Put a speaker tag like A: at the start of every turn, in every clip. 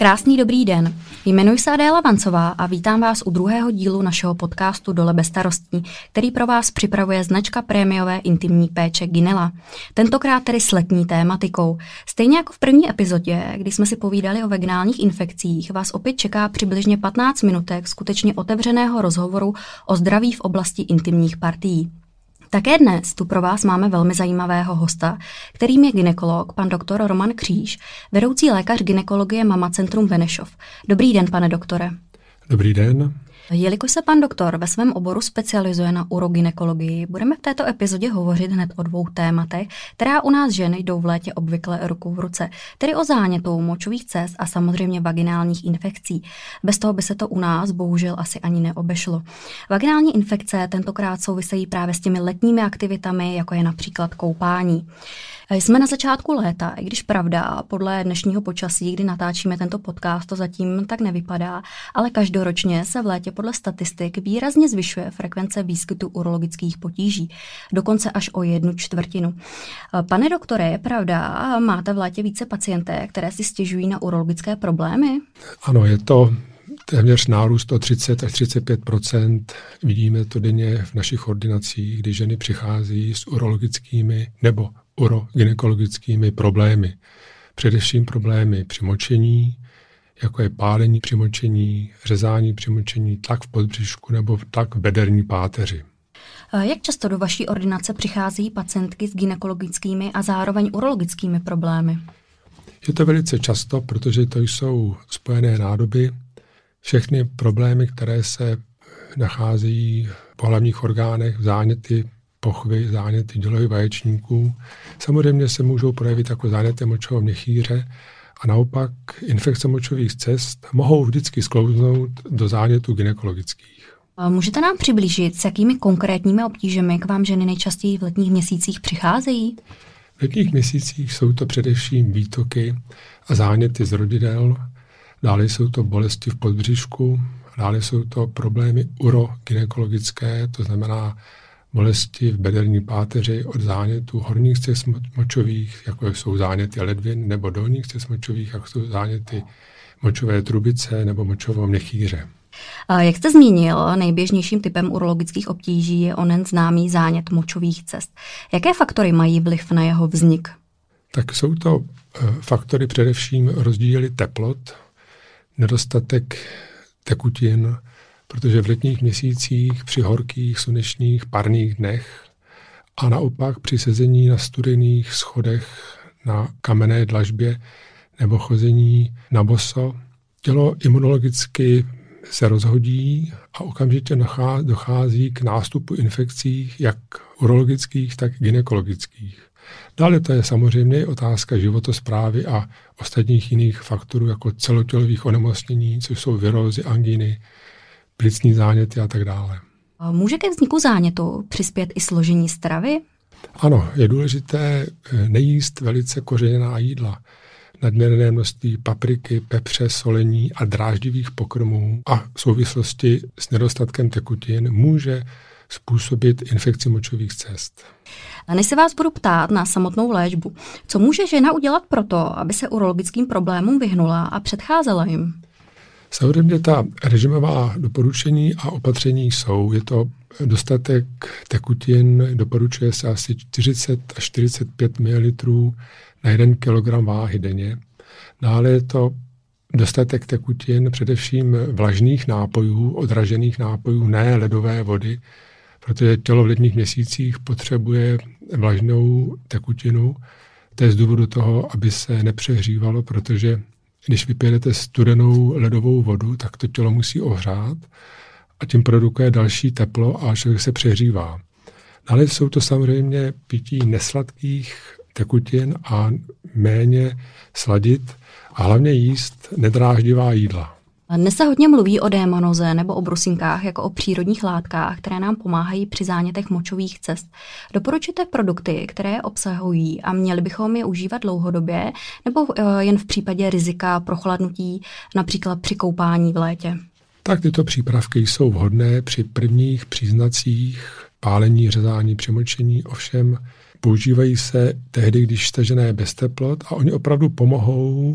A: Krásný dobrý den. Jmenuji se Adéla Vancová a vítám vás u druhého dílu našeho podcastu Dole bez starostí, který pro vás připravuje značka prémiové intimní péče Ginela. Tentokrát tedy s letní tématikou. Stejně jako v první epizodě, kdy jsme si povídali o vaginálních infekcích, vás opět čeká přibližně 15 minutek skutečně otevřeného rozhovoru o zdraví v oblasti intimních partií. Také dnes tu pro vás máme velmi zajímavého hosta, kterým je gynekolog, pan doktor Roman Kříž, vedoucí lékař gynekologie Mama Centrum Benešov. Dobrý den, pane doktore.
B: Dobrý den.
A: Jelikož se pan doktor ve svém oboru specializuje na urogynekologii, budeme v této epizodě hovořit hned o dvou tématech, která u nás ženy jdou v létě obvykle ruku v ruce, tedy o zánětu močových cest a samozřejmě vaginálních infekcí. Bez toho by se to u nás bohužel asi ani neobešlo. Vaginální infekce tentokrát souvisejí právě s těmi letními aktivitami, jako je například koupání. Jsme na začátku léta, i když pravda, podle dnešního počasí, kdy natáčíme tento podcast, to zatím tak nevypadá, ale každoročně se v létě podle statistik výrazně zvyšuje frekvence výskytu urologických potíží, dokonce až o 1/4. Pane doktore, je pravda, máte v létě více pacientek, které si stěžují na urologické problémy?
B: Ano, je to téměř nárůst o 30 až 35%. Vidíme to denně v našich ordinacích, kdy ženy přichází s urologickými nebo urogynekologickými problémy. Především problémy při močení, jako je pálení při močení, řezání při močení, tlak v podbřišku nebo tlak v bederní páteři.
A: Jak často do vaší ordinace přicházejí pacientky s gynekologickými a zároveň urologickými problémy?
B: Je to velice často, protože to jsou spojené nádoby. Všechny problémy, které se nacházejí v pohlavních orgánech, záněty pochvy, záněty dělohy vaječníků, samozřejmě se můžou projevit jako záněty močového měchýře a naopak infekce močových cest mohou vždycky sklouznout do zánětů gynekologických.
A: Můžete nám přiblížit, s jakými konkrétními obtížemi k vám ženy nejčastěji v letních měsících přicházejí?
B: V letních měsících jsou to především výtoky a záněty z rodidel, dále jsou to bolesti v podbřišku, dále jsou to problémy urogynekologické, to znamená bolesti v bederní páteři od zánětů horních cest močových, jako jsou záněty ledvin, nebo dolních cest močových, jako jsou záněty močové trubice nebo močového měchýře.
A: Jak jste zmínil, nejběžnějším typem urologických obtíží je onen známý zánět močových cest. Jaké faktory mají vliv na jeho vznik?
B: Tak jsou to faktory především rozdíly teplot, nedostatek tekutin, protože v letních měsících při horkých, slunečných, parných dnech a naopak při sezení na studených schodech na kamenné dlažbě nebo chození na boso tělo imunologicky se rozhodí a okamžitě dochází k nástupu infekcí jak urologických, tak gynekologických. Dále to je samozřejmě otázka životosprávy a ostatních jiných faktorů, jako celotělových onemocnění, což jsou virózy, angíny, plicní záněty a tak dále.
A: Může ke vzniku zánětu přispět i složení stravy?
B: Ano, je důležité nejíst velice kořeněná jídla. Nadměrné množství papriky, pepře, solení a dráždivých pokrmů a v souvislosti s nedostatkem tekutin může způsobit infekci močových cest.
A: Než se vás budu ptát na samotnou léčbu, co může žena udělat proto, aby se urologickým problémům vyhnula a předcházela jim?
B: Samozřejmě ta režimová doporučení a opatření jsou. Je to dostatek tekutin, doporučuje se asi 40 až 45 ml na 1 kg váhy denně. Dále je to dostatek tekutin, především vlažných nápojů, odražených nápojů, ne ledové vody, protože tělo v letních měsících potřebuje vlažnou tekutinu. To je z důvodu toho, aby se nepřehřívalo, protože když vypijete studenou ledovou vodu, tak to tělo musí ohřát a tím produkuje další teplo a člověk se přehřívá. Dále jsou to samozřejmě pití nesladkých tekutin a méně sladit a hlavně jíst nedráždivá jídla.
A: Dnes se hodně mluví o démanoze nebo o brusinkách jako o přírodních látkách, které nám pomáhají při zánětech močových cest. Doporučujete produkty, které je obsahují a měli bychom je užívat dlouhodobě nebo jen v případě rizika prochladnutí, například při koupání v létě?
B: Tak tyto přípravky jsou vhodné při prvních příznacích pálení, řezání, přemočení, ovšem používají se tehdy, když stažené je bez teplot a oni opravdu pomohou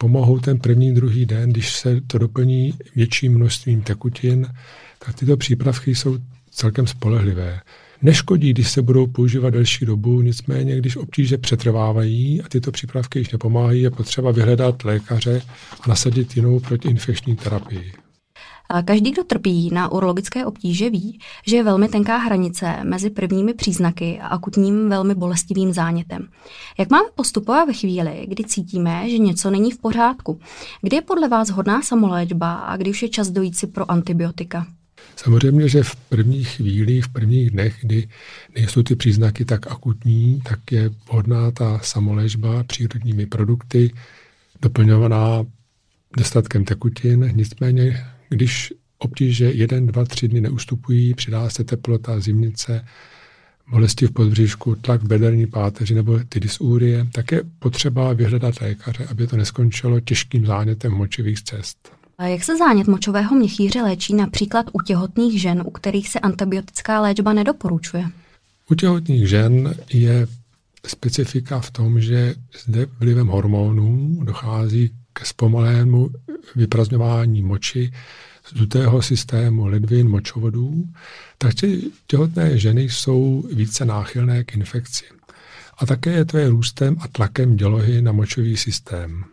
B: pomohou ten první, druhý den, když se to doplní větším množstvím tekutin, tak tyto přípravky jsou celkem spolehlivé. Neškodí, když se budou používat delší dobu, nicméně, když obtíže přetrvávají a tyto přípravky již nepomáhají, je potřeba vyhledat lékaře a nasadit jinou protiinfekční terapii.
A: Každý, kdo trpí na urologické obtíže, ví, že je velmi tenká hranice mezi prvními příznaky a akutním velmi bolestivým zánětem. Jak máme postupovat ve chvíli, kdy cítíme, že něco není v pořádku? Kdy je podle vás vhodná samoléčba a kdy už je čas dojít si pro antibiotika?
B: Samozřejmě, že v prvních chvílích, v prvních dnech, kdy nejsou ty příznaky tak akutní, tak je vhodná ta samoléčba přírodními produkty, doplňovaná dostatkem tekutin. Nicméně, když obtíže 1, 2, 3 dny neustupují, přidá se teplota, zimnice, bolesti v podbříšku, tlak v bederní páteři nebo ty dysúrie, tak je potřeba vyhledat lékaře, aby to neskončilo těžkým zánětem močových cest.
A: A jak se zánět močového měchýře léčí například u těhotných žen, u kterých se antibiotická léčba nedoporučuje?
B: U těhotných žen je specifika v tom, že zde vlivem hormonů dochází ke zpomalému vyprazňování moči z dutého systému ledvin, močovodů, takže těhotné ženy jsou více náchylné k infekci. A také to je růstem a tlakem dělohy na močový systém.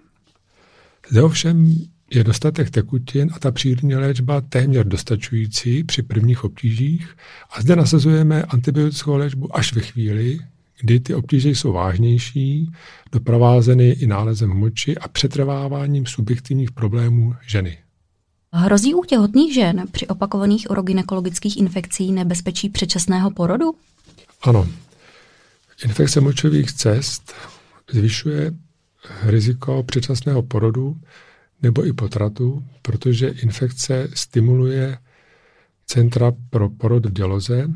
B: Zde ovšem je dostatek tekutin a ta přírodní léčba téměř dostačující při prvních obtížích a zde nasazujeme antibiotickou léčbu až ve chvíli, kdy ty obtíže jsou vážnější, doprovázeny i nálezem v moči a přetrváváním subjektivních problémů ženy.
A: Hrozí u těhotných žen při opakovaných urogynekologických infekcí nebezpečí předčasného porodu?
B: Ano. Infekce močových cest zvyšuje riziko předčasného porodu nebo i potratu, protože infekce stimuluje centra pro porod v děloze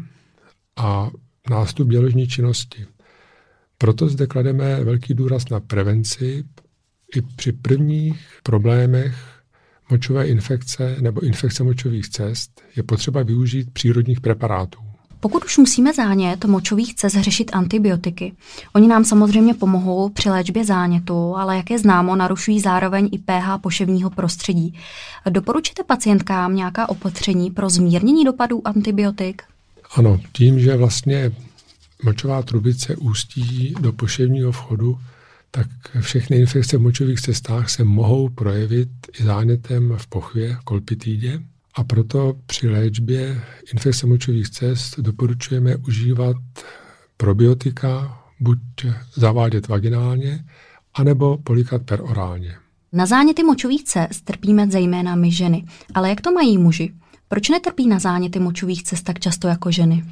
B: a nástup děložní činnosti. Proto zde klademe velký důraz na prevenci i při prvních problémech močové infekce nebo infekce močových cest je potřeba využít přírodních preparátů.
A: Pokud už musíme zánět močových cest řešit antibiotiky, oni nám samozřejmě pomohou při léčbě zánětu, ale jak je známo, narušují zároveň i pH poševního prostředí. Doporučíte pacientkám nějaká opatření pro zmírnění dopadů antibiotik?
B: Ano, tím, že vlastně močová trubice ústí do poševního vchodu, tak všechny infekce v močových cestách se mohou projevit i zánětem v pochvě, kolpitidě. A proto při léčbě infekce močových cest doporučujeme užívat probiotika, buď zavádět vaginálně, anebo polikat perorálně.
A: Na záněty močových cest trpíme zejména my ženy. Ale jak to mají muži? Proč netrpí na záněty močových cest tak často jako ženy?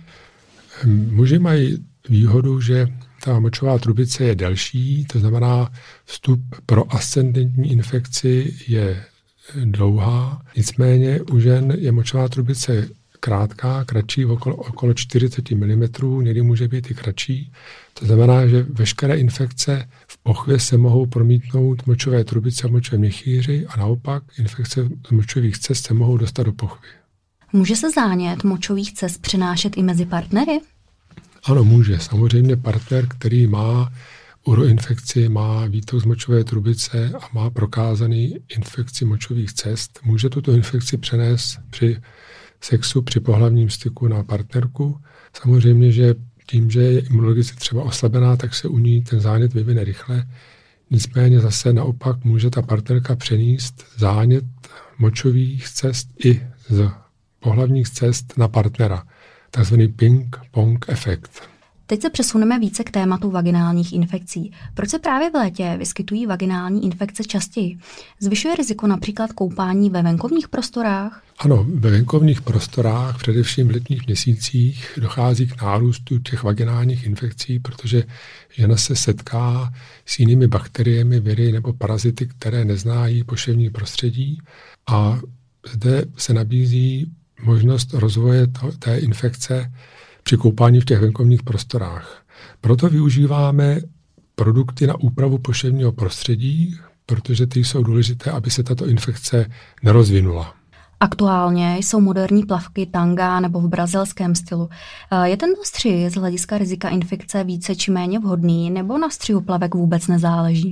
B: Muži mají výhodu, že ta močová trubice je delší, to znamená vstup pro ascendentní infekci je dlouhá, nicméně u žen je močová trubice krátká, kratší, okolo 40 mm, někdy může být i kratší. To znamená, že veškeré infekce v pochvě se mohou promítnout močové trubice a močové měchýři a naopak infekce z močových cest se mohou dostat do pochvy.
A: Může se zánět močových cest přenášet i mezi partnery?
B: Ano, může. Samozřejmě partner, který má uroinfekci, má výtok z močové trubice a má prokázaný infekci močových cest, může tuto infekci přenést při sexu, při pohlavním styku na partnerku. Samozřejmě, že tím, že je imunologicky třeba oslabená, tak se u ní ten zánět vyvine rychle. Nicméně zase naopak může ta partnerka přenést zánět močových cest i z pohlavních cest na partnera. Takzvaný ping-pong efekt.
A: Teď se přesuneme více k tématu vaginálních infekcí. Proč se právě v létě vyskytují vaginální infekce častěji? Zvyšuje riziko například koupání ve venkovních prostorách?
B: Ano, ve venkovních prostorách, především v letních měsících, dochází k nárůstu těch vaginálních infekcí, protože žena se setká s jinými bakteriemi, viry nebo parazity, které neznájí poševní prostředí a zde se nabízí možnost rozvoje té infekce při koupání v těch venkovních prostorách. Proto využíváme produkty na úpravu poševního prostředí, protože ty jsou důležité, aby se tato infekce nerozvinula.
A: Aktuálně jsou moderní plavky tanga nebo v brazilském stylu. Je tento střih z hlediska rizika infekce více či méně vhodný, nebo na střihu plavek vůbec nezáleží?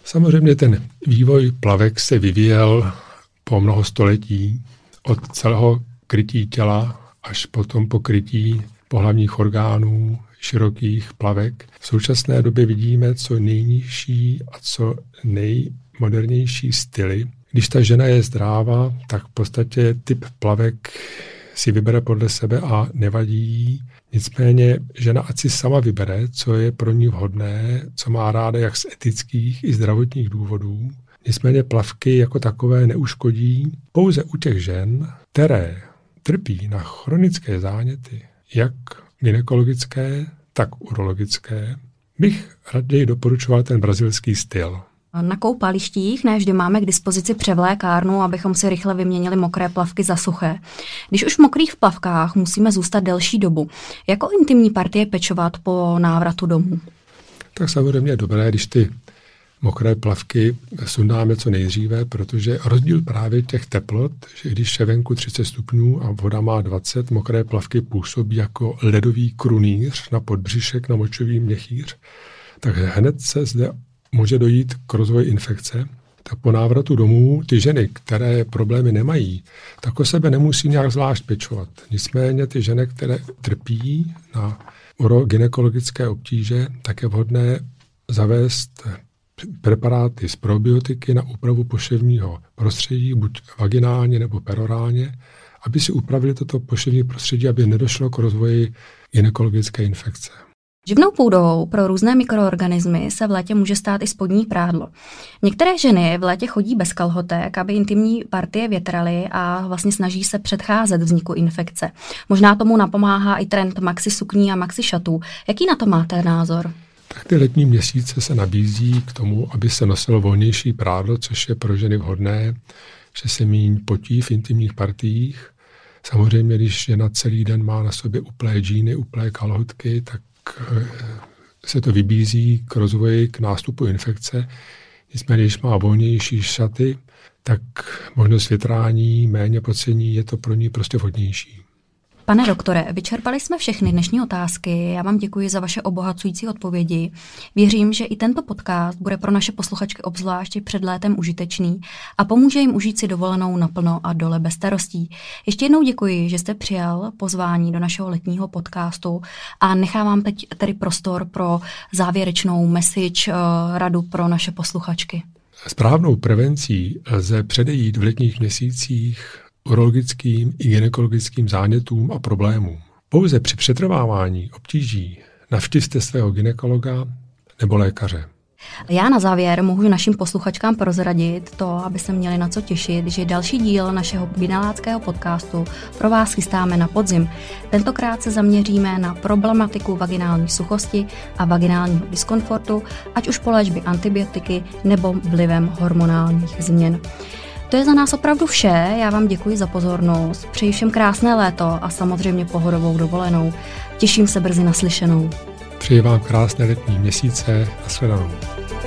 B: Samozřejmě ten vývoj plavek se vyvíjel po mnoho století od celého krytí těla až potom po krytí pohlavních orgánů, širokých plavek. V současné době vidíme co nejnižší a co nejmodernější styly. Když ta žena je zdráva, tak v podstatě typ plavek si vybere podle sebe a nevadí jí. Nicméně žena ať si sama vybere, co je pro ní vhodné, co má ráda jak z etických i zdravotních důvodů. Nicméně plavky jako takové neuškodí. Pouze u těch žen, které trpí na chronické záněty, jak gynekologické, tak urologické, bych raději doporučoval ten brazilský styl.
A: Na koupalištích ne vždy máme k dispozici převlékárnu, abychom si rychle vyměnili mokré plavky za suché. Když už v mokrých plavkách musíme zůstat delší dobu, jak o intimní partie pečovat po návratu domů?
B: Tak samozřejmě je dobré, když ty mokré plavky sundáme co nejdříve, protože rozdíl právě těch teplot, že když je venku 30 stupňů a voda má 20, mokré plavky působí jako ledový krunýř na podbřišek, na močový měchýř, tak hned se zde může dojít k rozvoji infekce. Tak po návratu domů ty ženy, které problémy nemají, tak o sebe nemusí nějak zvlášť pečovat. Nicméně ty ženy, které trpí na urogynekologické obtíže, tak je vhodné zavést preparáty z probiotiky na úpravu poševního prostředí, buď vaginálně nebo perorálně, aby si upravili toto poševní prostředí, aby nedošlo k rozvoji gynekologické infekce.
A: Živnou půdou pro různé mikroorganismy se v létě může stát i spodní prádlo. Některé ženy v létě chodí bez kalhotek, aby intimní partie větraly a vlastně snaží se předcházet vzniku infekce. Možná tomu napomáhá i trend maxi sukní a maxi šatů. Jaký na to máte názor?
B: Tak ty letní měsíce se nabízí k tomu, aby se nosilo volnější prádlo, což je pro ženy vhodné, že se míň potí v intimních partiích. Samozřejmě, když žena celý den má na sobě uplé džíny, uplé kalhotky, tak se to vybízí k rozvoji, k nástupu infekce. Nicméně, když má volnější šaty, tak možnost větrání, méně pocení, je to pro ní prostě vhodnější.
A: Pane doktore, vyčerpali jsme všechny dnešní otázky. Já vám děkuji za vaše obohacující odpovědi. Věřím, že i tento podcast bude pro naše posluchačky obzvláště před létem užitečný a pomůže jim užít si dovolenou naplno a dole bez starostí. Ještě jednou děkuji, že jste přijal pozvání do našeho letního podcastu a nechávám teď tedy prostor pro závěrečnou message, radu pro naše posluchačky.
B: Správnou prevencí lze předejít v letních měsících urologickým i gynekologickým zánětům a problémům. Pouze při přetrvávání obtíží navštivte svého gynekologa nebo lékaře.
A: Já na závěr mohu našim posluchačkám prozradit to, aby se měli na co těšit, že další díl našeho gyneláckého podcastu pro vás chystáme na podzim. Tentokrát se zaměříme na problematiku vaginální suchosti a vaginálního diskomfortu, ať už po léčbě antibiotiky nebo vlivem hormonálních změn. To je za nás opravdu vše, já vám děkuji za pozornost, přeji všem krásné léto a samozřejmě pohodovou dovolenou. Těším se brzy naslyšenou.
B: Přeji vám krásné letní měsíce, nashledanou.